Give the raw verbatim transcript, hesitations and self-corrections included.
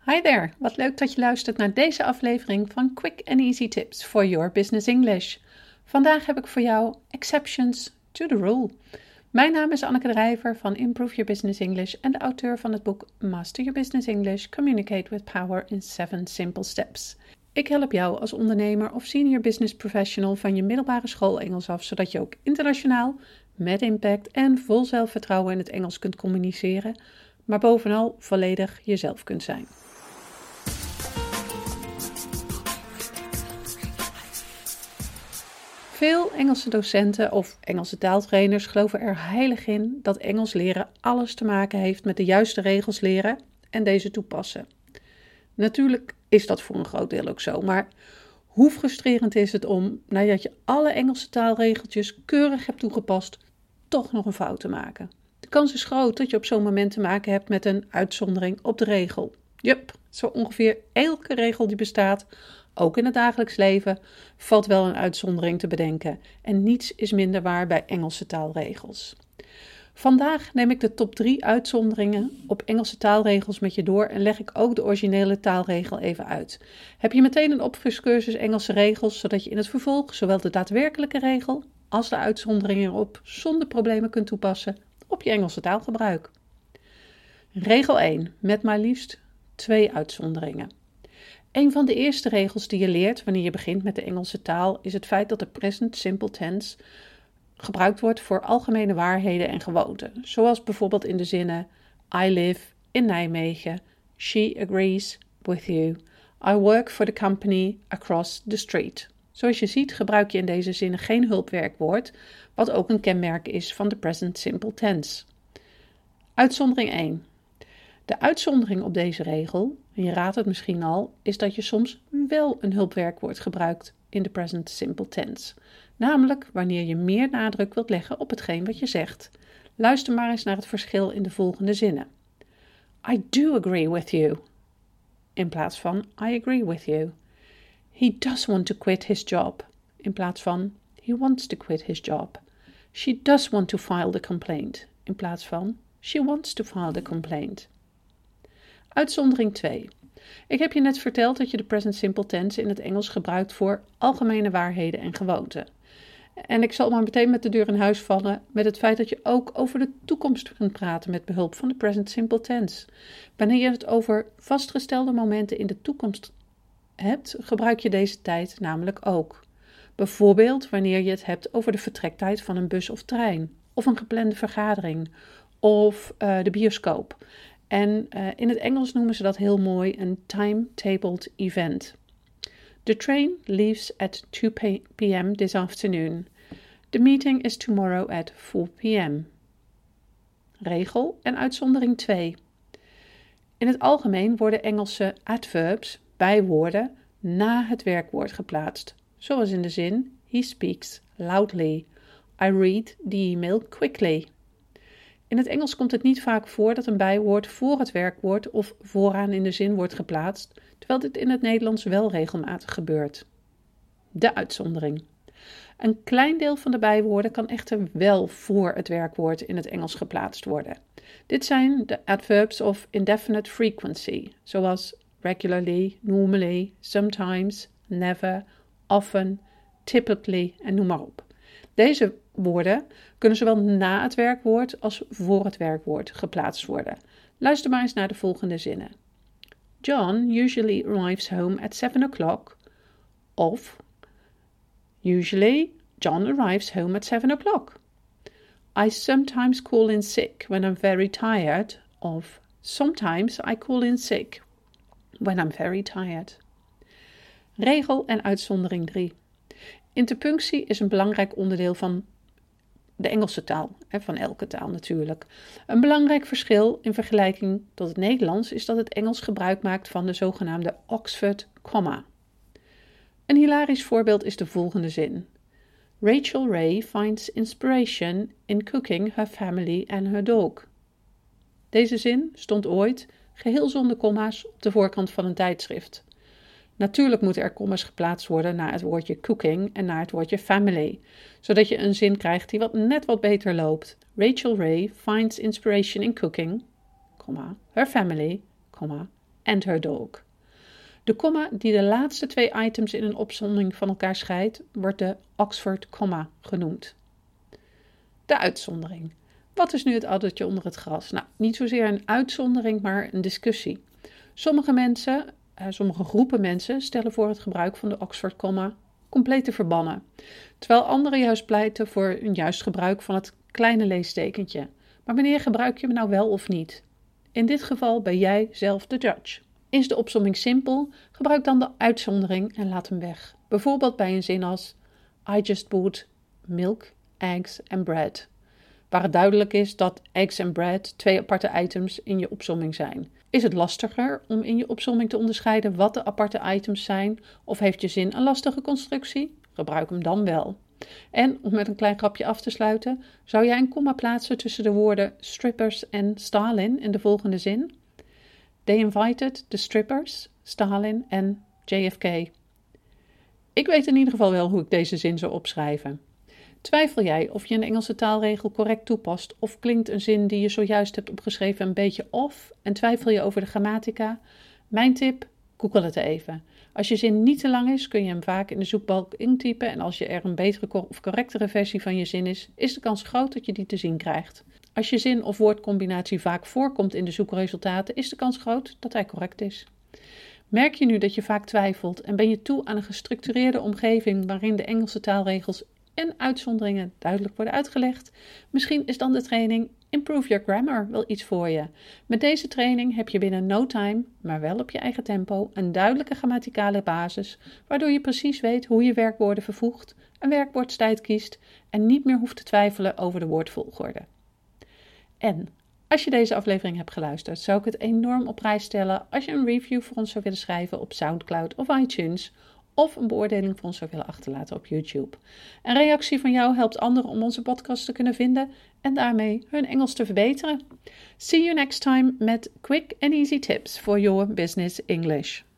Hi there, wat leuk dat je luistert naar deze aflevering van Quick and Easy Tips for Your Business English. Vandaag heb ik voor jou Exceptions to the Rule. Mijn naam is Anneke de Rijver van Improve Your Business English en de auteur van het boek Master Your Business English, Communicate with Power in seven Simple Steps. Ik help jou als ondernemer of senior business professional van je middelbare school Engels af, zodat je ook internationaal, met impact en vol zelfvertrouwen in het Engels kunt communiceren, maar bovenal volledig jezelf kunt zijn. Veel Engelse docenten of Engelse taaltrainers geloven er heilig in dat Engels leren alles te maken heeft met de juiste regels leren en deze toepassen. Natuurlijk is dat voor een groot deel ook zo, maar hoe frustrerend is het om, nadat je alle Engelse taalregeltjes keurig hebt toegepast, toch nog een fout te maken? De kans is groot dat je op zo'n moment te maken hebt met een uitzondering op de regel. Jup, zo ongeveer elke regel die bestaat, ook in het dagelijks leven, valt wel een uitzondering te bedenken. En niets is minder waar bij Engelse taalregels. Vandaag neem ik de top drie uitzonderingen op Engelse taalregels met je door en leg ik ook de originele taalregel even uit. Heb je meteen een opfriscursus Engelse regels, zodat je in het vervolg zowel de daadwerkelijke regel als de uitzonderingen erop zonder problemen kunt toepassen op je Engelse taalgebruik. Regel één, met maar liefst twee uitzonderingen. Een van de eerste regels die je leert wanneer je begint met de Engelse taal is het feit dat de present simple tense gebruikt wordt voor algemene waarheden en gewoonten, zoals bijvoorbeeld in de zinnen I live in Nijmegen, she agrees with you, I work for the company across the street. Zoals je ziet gebruik je in deze zinnen geen hulpwerkwoord, wat ook een kenmerk is van de present simple tense. Uitzondering één. De uitzondering op deze regel, en je raadt het misschien al, is dat je soms wel een hulpwerkwoord gebruikt in de present simple tense. Namelijk wanneer je meer nadruk wilt leggen op hetgeen wat je zegt. Luister maar eens naar het verschil in de volgende zinnen. I do agree with you. In plaats van I agree with you. He does want to quit his job. In plaats van he wants to quit his job. She does want to file the complaint. In plaats van she wants to file the complaint. Uitzondering twee. Ik heb je net verteld dat je de present simple tense in het Engels gebruikt voor algemene waarheden en gewoonten. En ik zal maar meteen met de deur in huis vallen met het feit dat je ook over de toekomst kunt praten met behulp van de present simple tense. Wanneer je het over vastgestelde momenten in de toekomst hebt, gebruik je deze tijd namelijk ook. Bijvoorbeeld wanneer je het hebt over de vertrektijd van een bus of trein, of een geplande vergadering, of uh, de bioscoop. En uh, in het Engels noemen ze dat heel mooi een timetabled event. The train leaves at two p.m. this afternoon. The meeting is tomorrow at four p.m. Regel en uitzondering twee. In het algemeen worden Engelse adverbs, bijwoorden, na het werkwoord geplaatst. Zoals in de zin He speaks loudly. I read the email quickly. In het Engels komt het niet vaak voor dat een bijwoord voor het werkwoord of vooraan in de zin wordt geplaatst, terwijl dit in het Nederlands wel regelmatig gebeurt. De uitzondering. Een klein deel van de bijwoorden kan echter wel voor het werkwoord in het Engels geplaatst worden. Dit zijn de adverbs of indefinite frequency, zoals regularly, normally, sometimes, never, often, typically en noem maar op. Deze woorden kunnen zowel na het werkwoord als voor het werkwoord geplaatst worden. Luister maar eens naar de volgende zinnen. John usually arrives home at seven o'clock. Of usually John arrives home at seven o'clock. I sometimes call in sick when I'm very tired. Of sometimes I call in sick when I'm very tired. Regel en uitzondering drie. Interpunctie is een belangrijk onderdeel van de Engelse taal, van elke taal natuurlijk. Een belangrijk verschil in vergelijking tot het Nederlands is dat het Engels gebruik maakt van de zogenaamde Oxford comma. Een hilarisch voorbeeld is de volgende zin. Rachel Ray finds inspiration in cooking her family and her dog. Deze zin stond ooit, geheel zonder komma's, op de voorkant van een tijdschrift. Natuurlijk moeten er kommas geplaatst worden na het woordje cooking en na het woordje family, zodat je een zin krijgt die wat net wat beter loopt. Rachel Ray finds inspiration in cooking, comma, her family, comma, and her dog. De komma die de laatste twee items in een opsomming van elkaar scheidt, wordt de Oxford comma genoemd. De uitzondering. Wat is nu het addertje onder het gras? Nou, niet zozeer een uitzondering, maar een discussie. Sommige mensen, eh, sommige groepen mensen stellen voor het gebruik van de Oxford comma compleet te verbannen, terwijl anderen juist pleiten voor een juist gebruik van het kleine leestekentje. Maar wanneer gebruik je hem nou wel of niet? In dit geval ben jij zelf de judge. Is de opsomming simpel? Gebruik dan de uitzondering en laat hem weg. Bijvoorbeeld bij een zin als I just bought milk, eggs and bread. Waar het duidelijk is dat eggs en bread twee aparte items in je opsomming zijn. Is het lastiger om in je opsomming te onderscheiden wat de aparte items zijn? Of heeft je zin een lastige constructie? Gebruik hem dan wel. En om met een klein grapje af te sluiten, zou jij een komma plaatsen tussen de woorden strippers en Stalin in de volgende zin? They invited the strippers, Stalin en J F K. Ik weet in ieder geval wel hoe ik deze zin zou opschrijven. Twijfel jij of je een Engelse taalregel correct toepast of klinkt een zin die je zojuist hebt opgeschreven een beetje off en twijfel je over de grammatica? Mijn tip, google het even. Als je zin niet te lang is, kun je hem vaak in de zoekbalk intypen en als je er een betere of correctere versie van je zin is, is de kans groot dat je die te zien krijgt. Als je zin of woordcombinatie vaak voorkomt in de zoekresultaten, is de kans groot dat hij correct is. Merk je nu dat je vaak twijfelt en ben je toe aan een gestructureerde omgeving waarin de Engelse taalregels en uitzonderingen duidelijk worden uitgelegd? Misschien is dan de training Improve Your Grammar wel iets voor je. Met deze training heb je binnen no time, maar wel op je eigen tempo, een duidelijke grammaticale basis, waardoor je precies weet hoe je werkwoorden vervoegt, een werkwoordstijd kiest en niet meer hoeft te twijfelen over de woordvolgorde. En als je deze aflevering hebt geluisterd, zou ik het enorm op prijs stellen als je een review voor ons zou willen schrijven op SoundCloud of iTunes, of een beoordeling voor ons zou willen achterlaten op YouTube. Een reactie van jou helpt anderen om onze podcast te kunnen vinden en daarmee hun Engels te verbeteren. See you next time met quick and easy tips for your business English.